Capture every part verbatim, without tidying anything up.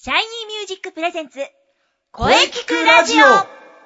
シャイニーミュージックプレゼンツ声聞くラジオ。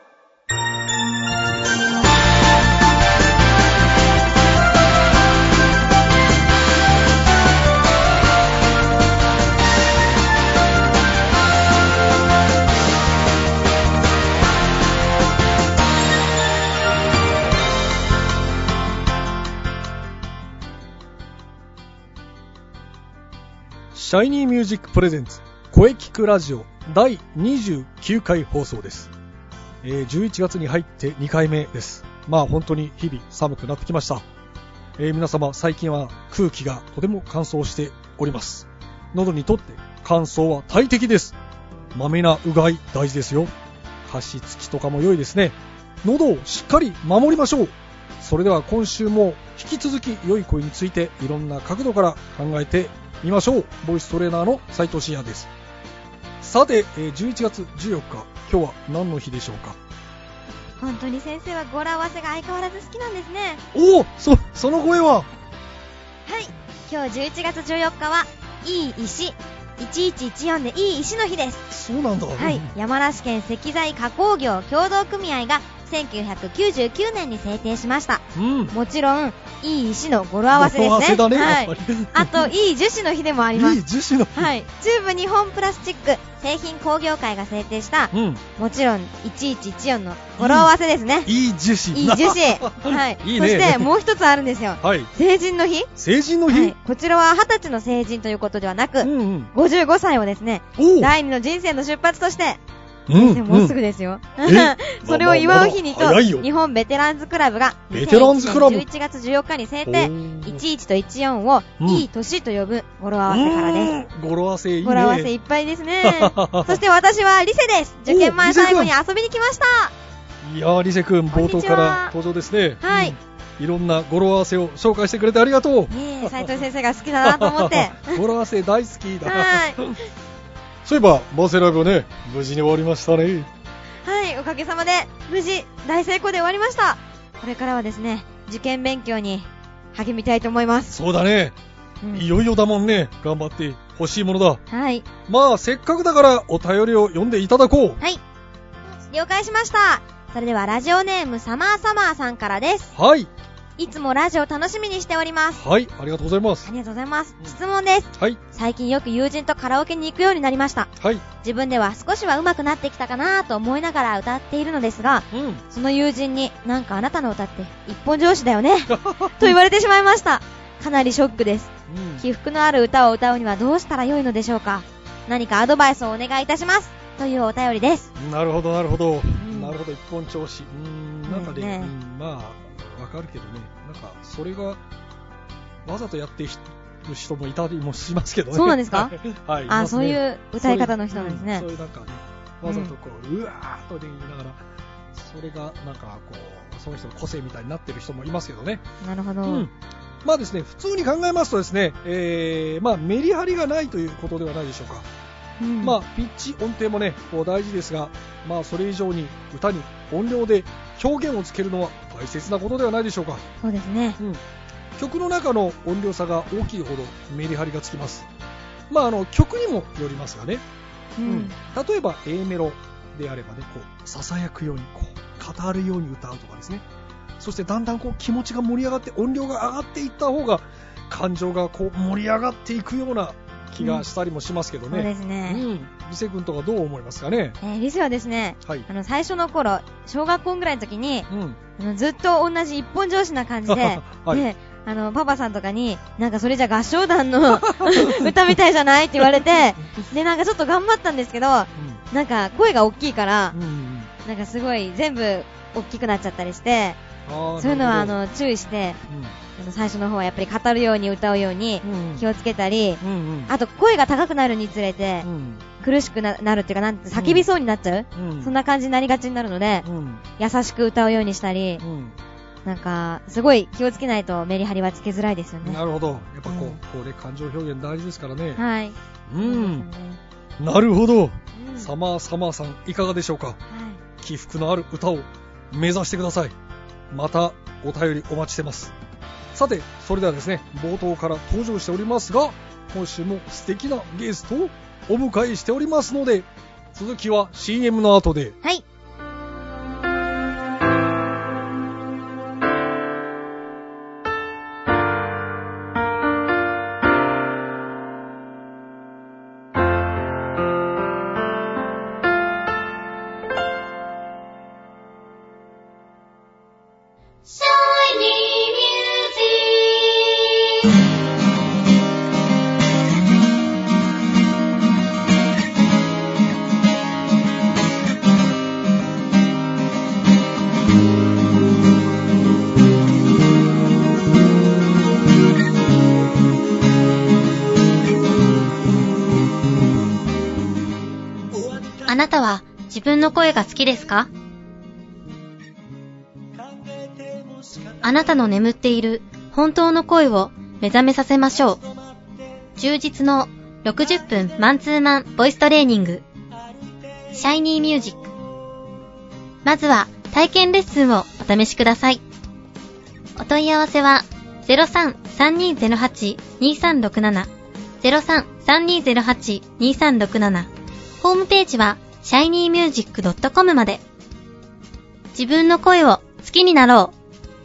シャイニーミュージックプレゼンツ声聞くラジオだいにじゅうきゅうかい放送です、えー、じゅういちがつに入ってにかいめです。まあ本当に日々寒くなってきました、えー、皆様最近は空気がとても乾燥しております。喉にとって乾燥は大敵です。まめなうがい大事ですよ。加湿器とかも良いですね。喉をしっかり守りましょう。それでは今週も引き続き良い声についていろんな角度から考えてみましょう。ボイストレーナーの斉藤慎也です。さて、じゅういちがつじゅうよっか、今日は何の日でしょうか。 本当に先生は語呂合わせが相変わらず好きなんですね。 おお、そ、その声は。 はい、今日じゅういちがつじゅうよっかはいい石、いちいちいちよんでいい石の日です。 そうなんだ。 はい、山梨県石材加工業協同組合がせんきゅうひゃくきゅうじゅうきゅうねんに制定しました、うん、もちろんいい石の語呂合わせですね。語呂合わせだね、はい、あといい樹脂の日でもあります。 いい樹脂の日、 はい、中部日本プラスチック製品工業会が制定した、うん、もちろんいちいちいちよんの語呂合わせですね。 いい樹脂、 いい樹脂はい、いいね。そしてもう一つあるんですよ、はい、成人の日。 成人の日、はい、 こちらははたちの成人ということではなく、うんうん、ごじゅうごさいをですね、第二の人生の出発としてうん、もうすぐですよ、うん、それを祝う日にと、日本ベテランズクラブがベテランズクラブじゅういちがつじゅうよっかに制定。いちいちといちよんをいい年と呼ぶ語呂合わせからです。 語呂合わせいいね。 語呂合わせいっぱいですねそして私はリセです。受験前最後に遊びに来ました。 いやー、リセ君冒頭から登場ですね。 はい、 うん、いろんな語呂合わせを紹介してくれてありがとう。 ねえ、斉藤先生が好きだなと思って語呂合わせ大好きだはいそういえばバーセライブね、無事に終わりましたね。 はい、おかげさまで無事大成功で終わりました。これからはですね、受験勉強に励みたいと思います。 そうだね、うん、いよいよだもんね。頑張って欲しいものだ。 はい、 まあせっかくだからお便りを読んでいただこう。 はい、了解しました。それではラジオネームサマーサマーさんからです。 はい、 いつもラジオ楽しみにしております。 はい、ありがとうございます。 ありがとうございます。質問です。 はい。 最近よく友人とカラオケに行くようになりました。 はい。 自分では少しは上手くなってきたかなと思いながら歌っているのですが、うん、その友人になんかあなたの歌って一本上司だよねと言われてしまいました。かなりショックです。うん、起伏のある歌を歌うにはどうしたらよいのでしょうか。何かアドバイスをお願いいたしますというお便りです。 なるほどなるほど、うん、なるほど。一本調子、うーん、なんかね、ね、うん、まあわかるけどね、なんかそれがわざとやってる人もいたりもしますけどね。 そうなんですかはい、 あ、 ね、 そういう歌い方の人なんですね。 そういう、うん、そういうなんかね、わざとこう、うん、うわーっと言いながら、それがなんかこうその人の個性みたいになってる人もいますけどね。 なるほど、 うん、まあですね、普通に考えますとですね、えー、まあメリハリがないということではないでしょうか。うん、まあピッチ音程もねこう大事ですが、まあそれ以上に歌に音量で表現をつけるのは大切なことではないでしょうか。 そうですね、うん、 曲の中の音量差が大きいほどメリハリがつきます。まああの曲にもよりますがね、うんうん、例えば A メロであればね、こうささやくようにこう語るように歌うとかですね、そしてだんだんこう気持ちが盛り上がって音量が上がっていった方が感情がこう盛り上がっていくような気がしたりもしますけどね。 うん、そうですね、 うん、リセ君とかどう思いますかね。 えー、リセはですね、はい、あの最初の頃小学校ぐらいの時に、うん、あのずっと同じ一本上司な感じで、はい、であのパパさんとかになんかそれじゃ合唱団の歌みたいじゃないって言われてでなんかちょっと頑張ったんですけど、うん、なんか声が大きいから、うん、なんかすごい全部大きくなっちゃったりして、そういうのはあの注意して、うん、あの最初の方はやっぱり語るように歌うように気をつけたり、うんうん、あと声が高くなるにつれて、うん、苦しく な, なるっていうかなんて叫びそうになっちゃう、うん、そんな感じになりがちになるので、うん、優しく歌うようにしたり、うん、なんかすごい気をつけないとメリハリはつけづらいですよね。 なるほど、やっぱこう、うん、これ感情表現大事ですからね。 はい、 うん、ね、なるほど、うん、サマーサマーさんいかがでしょうか。はい、起伏のある歌を目指してください。またお便りお待ちしてます。さてそれではですね、冒頭から登場しておりますが今週も素敵なゲストをお迎えしておりますので、続きは シーエム の後で。 はい。 あなたは自分の声が好きですか？あなたの眠っている本当の声を目覚めさせましょう。充実のろくじゅっぷんマンツーマンボイストレーニング、シャイニーミュージック。まずは体験レッスンをお試しください。お問い合わせは ゼロさん さんにーゼロはち にーさんろくなな ゼロさん さんにーゼロはち にーさんろくなな。ホームページは シャイニーミュージックドットコム まで。自分の声を好きになろう。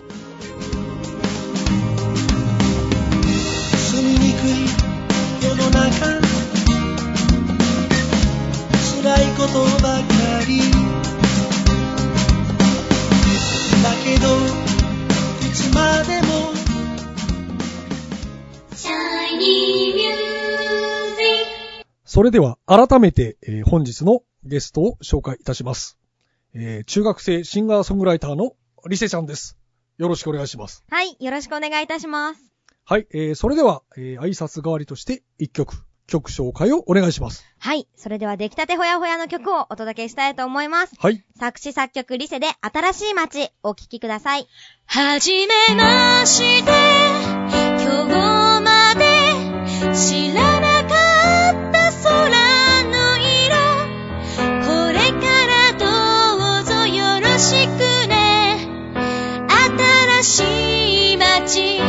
住みにくい世の中、辛いことばかりだけどいつまでもシャイニーミュージック。 それでは改めて、えー、本日のゲストを紹介いたします。えー、中学生シンガーソングライターのリセちゃんです。よろしくお願いします。 はい、よろしくお願いいたします。 はい、えー、それでは、えー、挨拶代わりとして一曲、曲紹介をお願いします。 はい、それでは出来たてほやほやの曲をお届けしたいと思います。 はい。 作詞作曲リセで新しい街、お聴きください。 はじめまして、今日まで知らなかった空の色、これからどうぞよろしくね、新しい街。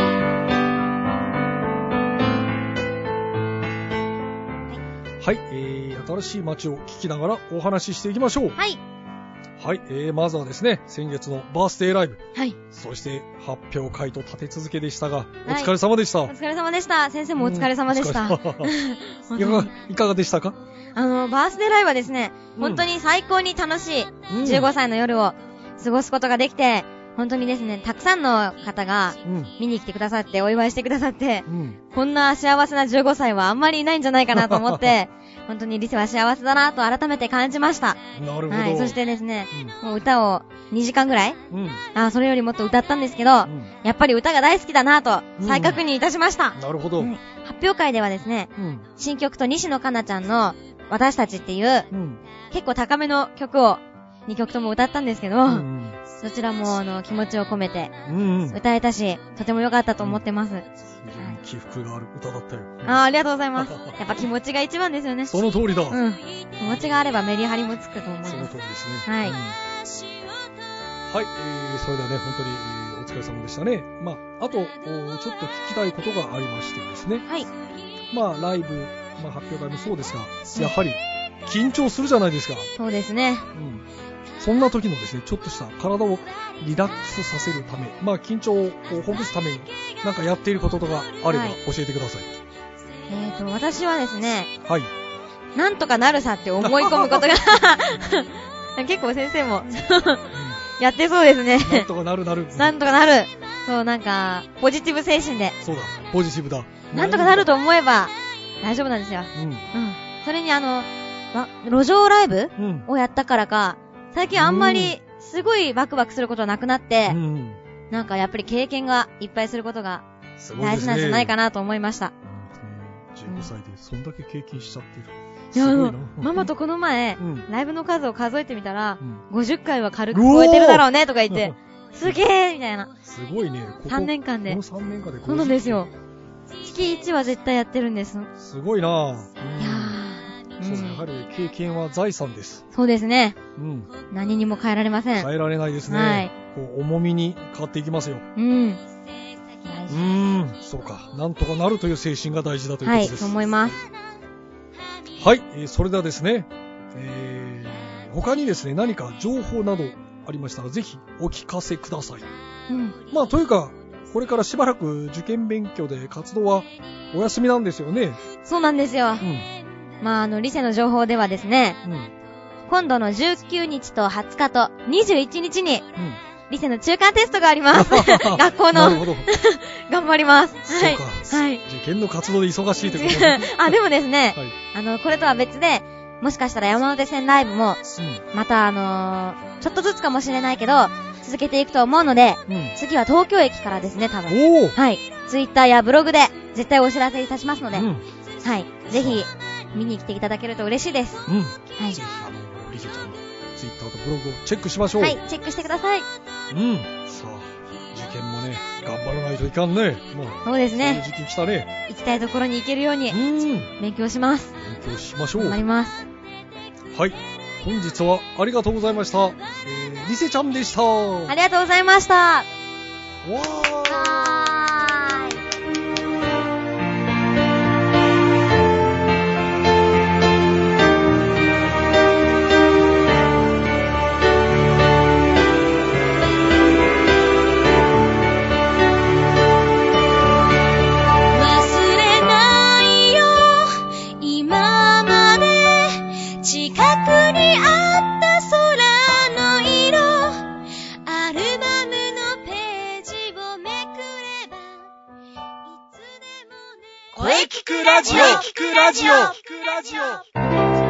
はい、えー、新しい街を聞きながらお話ししていきましょう。 はい。 はい、えー、まずはですね、先月のバースデーライブ。 はい。 そして発表会と立て続けでしたが、 はい、 お疲れ様でした。 お疲れ様でした。先生もお疲れ様でした。 うん、いかが、いかがでしたか？ あの、バースデーライブはですね、本当に最高に楽しいじゅうごさいの夜を過ごすことができて、本当にですね、たくさんの方が見に来てくださってお祝いしてくださって、うん、こんな幸せなじゅうごさいはあんまりいないんじゃないかなと思って本当にリセは幸せだなと改めて感じました。 なるほど。 はい、そしてですね、うん、もう歌をにじかんぐらい、うん、あそれよりもっと歌ったんですけど、うん、やっぱり歌が大好きだなと再確認いたしました。 うん、なるほど、うん。 発表会ではですね、うん、新曲と西野カナちゃんの私たちっていう、うん、結構高めの曲をにきょくとも歌ったんですけど、うんうん、そちらもあの気持ちを込めて歌えたし、うんうん、とても良かったと思ってます。 起伏がある歌だったよ。 あ, ありがとうございます。やっぱ気持ちが一番ですよね。 その通りだ。 うん。気持ちがあればメリハリもつくと思います。 その通りですね。 はい。うん、 はい、えー、それではね、本当に、えー、お疲れ様でしたね。まあ、あと、ちょっと聞きたいことがありましてですね。 はい。 まあ、ライブ、まあ、発表会もそうですが、やはり、緊張するじゃないですか。 そうですね。 うん。そんな時のですね、ちょっとした体をリラックスさせるため、まあ緊張をほぐすためになんかやっていることとかあれば教えてください。 はい、えーと、私はですね、 はい。 なんとかなるさって思い込むことが結構先生もやってそうですね。 なんとかなるなる。 なんとかなる。そう、なんか、ポジティブ精神で。 そうだ、ポジティブだ。 なんとかなると思えば大丈夫なんですよ。うん。うん。それにあの、路上ライブ、うん、をやったからか、最近あんまりすごいワクワクすることはなくなって、うん、なんかやっぱり経験がいっぱいすることが大事なんじゃないかなと思いました。 じゅうごさいでそんだけ経験しちゃってる。 いや、あの、ママとこの前、うん、ライブの数を数えてみたら、うん、ごじゅっかいは軽く超えてるだろうねとか言って、すげーみたいな。 すごいね。ここさんねんかんで。 このさんねんかんでそうなんですよ。月いちは絶対やってるんです。 すごいなぁ。 いやー。そうですね。やはり経験は財産です。 そうですね。うん。何にも変えられません。 変えられないですね。はい。こう、重みに変わっていきますよ。 うん。 うーん。そうか。なんとかなるという精神が大事だということです。 はい、そう思います。 はい、えー、それではですね、えー、他にですね、何か情報などありましたら、ぜひお聞かせください。 うん。 まあ、というか、これからしばらく受験勉強で活動はお休みなんですよね。 そうなんですよ。うん。まあ、あの、リセの情報ではですね、うん、今度のじゅうくにちとはつかとにじゅういちにちに、うん、リセの中間テストがあります。学校の。なるほど。頑張ります。はい。 そうか。はい。受験の活動で忙しいということで。 あ、でもですね、はい、あの、これとは別で、もしかしたら山手線ライブも、うん、またあのー、ちょっとずつかもしれないけど、続けていくと思うので、うん、次は東京駅からですね、多分。おー。はい。ツイッターやブログで絶対お知らせいたしますので、うん、はい。ぜひ、見に来ていただけると嬉しいです。うん。はい。ぜひ、あの、 リセちゃんのツイッターとブログをチェックしましょう。 はい、チェックしてください。 うん。さあ、受験もね、頑張らないといかんね。もう。 そうですね。 そういう時期来たね。 行きたいところに行けるように、うん。勉強します。 勉強しましょう。 頑張ります。 はい。本日はありがとうございました。えー、リセちゃんでした。 ありがとうございました。わー。 はーい。 声聞くラジオ聞くラジオ聞くラジオ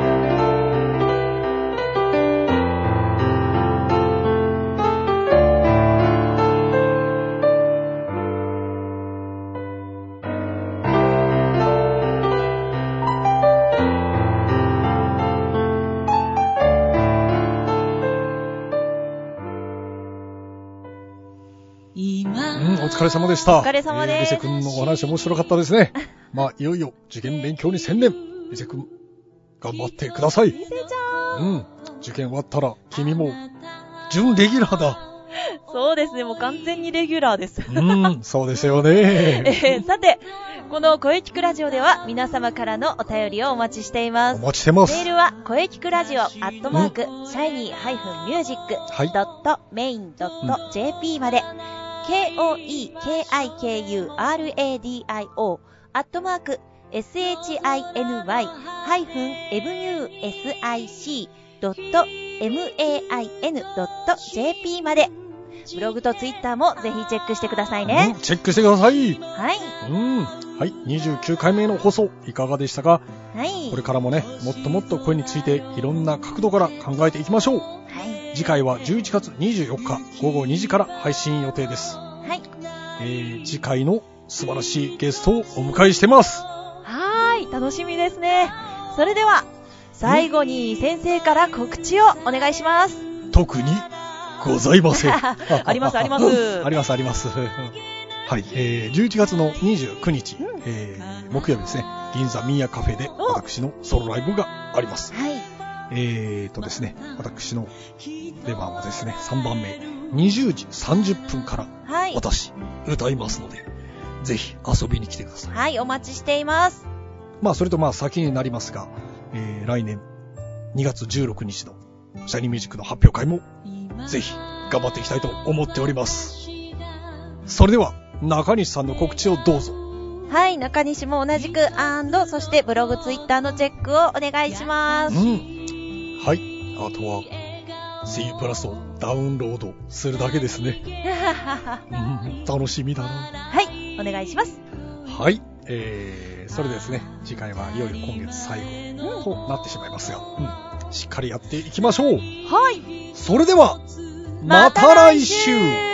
お疲れ様でした。 お疲れ様です。 えー、リセ君のお話面白かったですね。まあ、いよいよ受験勉強に専念。リセ君、頑張ってください。 リセちゃん。 うん。受験終わったら、君も、準レギュラーだ。 そうですね、もう完全にレギュラーです。 うん、そうですよね。 えー、さて、この声聞くラジオでは皆様からのお便りをお待ちしています。 お待ちしてます。 メールは声聞くラジオアットマーク、シャイニーハイフンミュージックドットメインドットジェーピー まで、ケーオーイーケーアイケーユーアールエーディーアイオー アットマーク エスエイチアイエヌワイ ハイフン エムユーエスアイシー ドット エムエーアイエヌ ドット ジェーピー まで。ブログとツイッターもぜひチェックしてくださいね。 うん、チェックしてください。 はい。 うん。はい。にじゅうきゅうかいめの放送いかがでしたか？ はい。 これからもね、もっともっと声についていろんな角度から考えていきましょう。はい。次回はじゅういちがつにじゅうよっかごごにじから配信予定です。 はい。 えー、次回の素晴らしいゲストをお迎えしてます。 はーい。楽しみですね。それでは、最後に先生から告知をお願いします。 特にございません。 ありますあります。 ありますあります。はい、えー、じゅういちがつのにじゅうくにち、うん、えー、木曜日ですね、銀座ミーヤカフェで私のソロライブがあります。 はい。 えーとですね、私の出番はですね、さんばんめ、にじゅうじさんじゅっぷんから私、歌いますので、ぜひ遊びに来てください。 はい、お待ちしています。 まあ、それとまあ先になりますが、えー、来年にがつじゅうろくにちのシャイニーミュージックの発表会もぜひ頑張っていきたいと思っております。それでは中西さんの告知をどうぞ。 はい、中西も同じく&そしてブログツイッターのチェックをお願いします。 うん。はい、あとは シーユー プラスをダウンロードするだけですね。うん、楽しみだな。 はい、お願いします。 はい、えー、それですね、次回はいよいよ今月最後となってしまいますが、うん、しっかりやっていきましょう。 はい。 それではまた来週。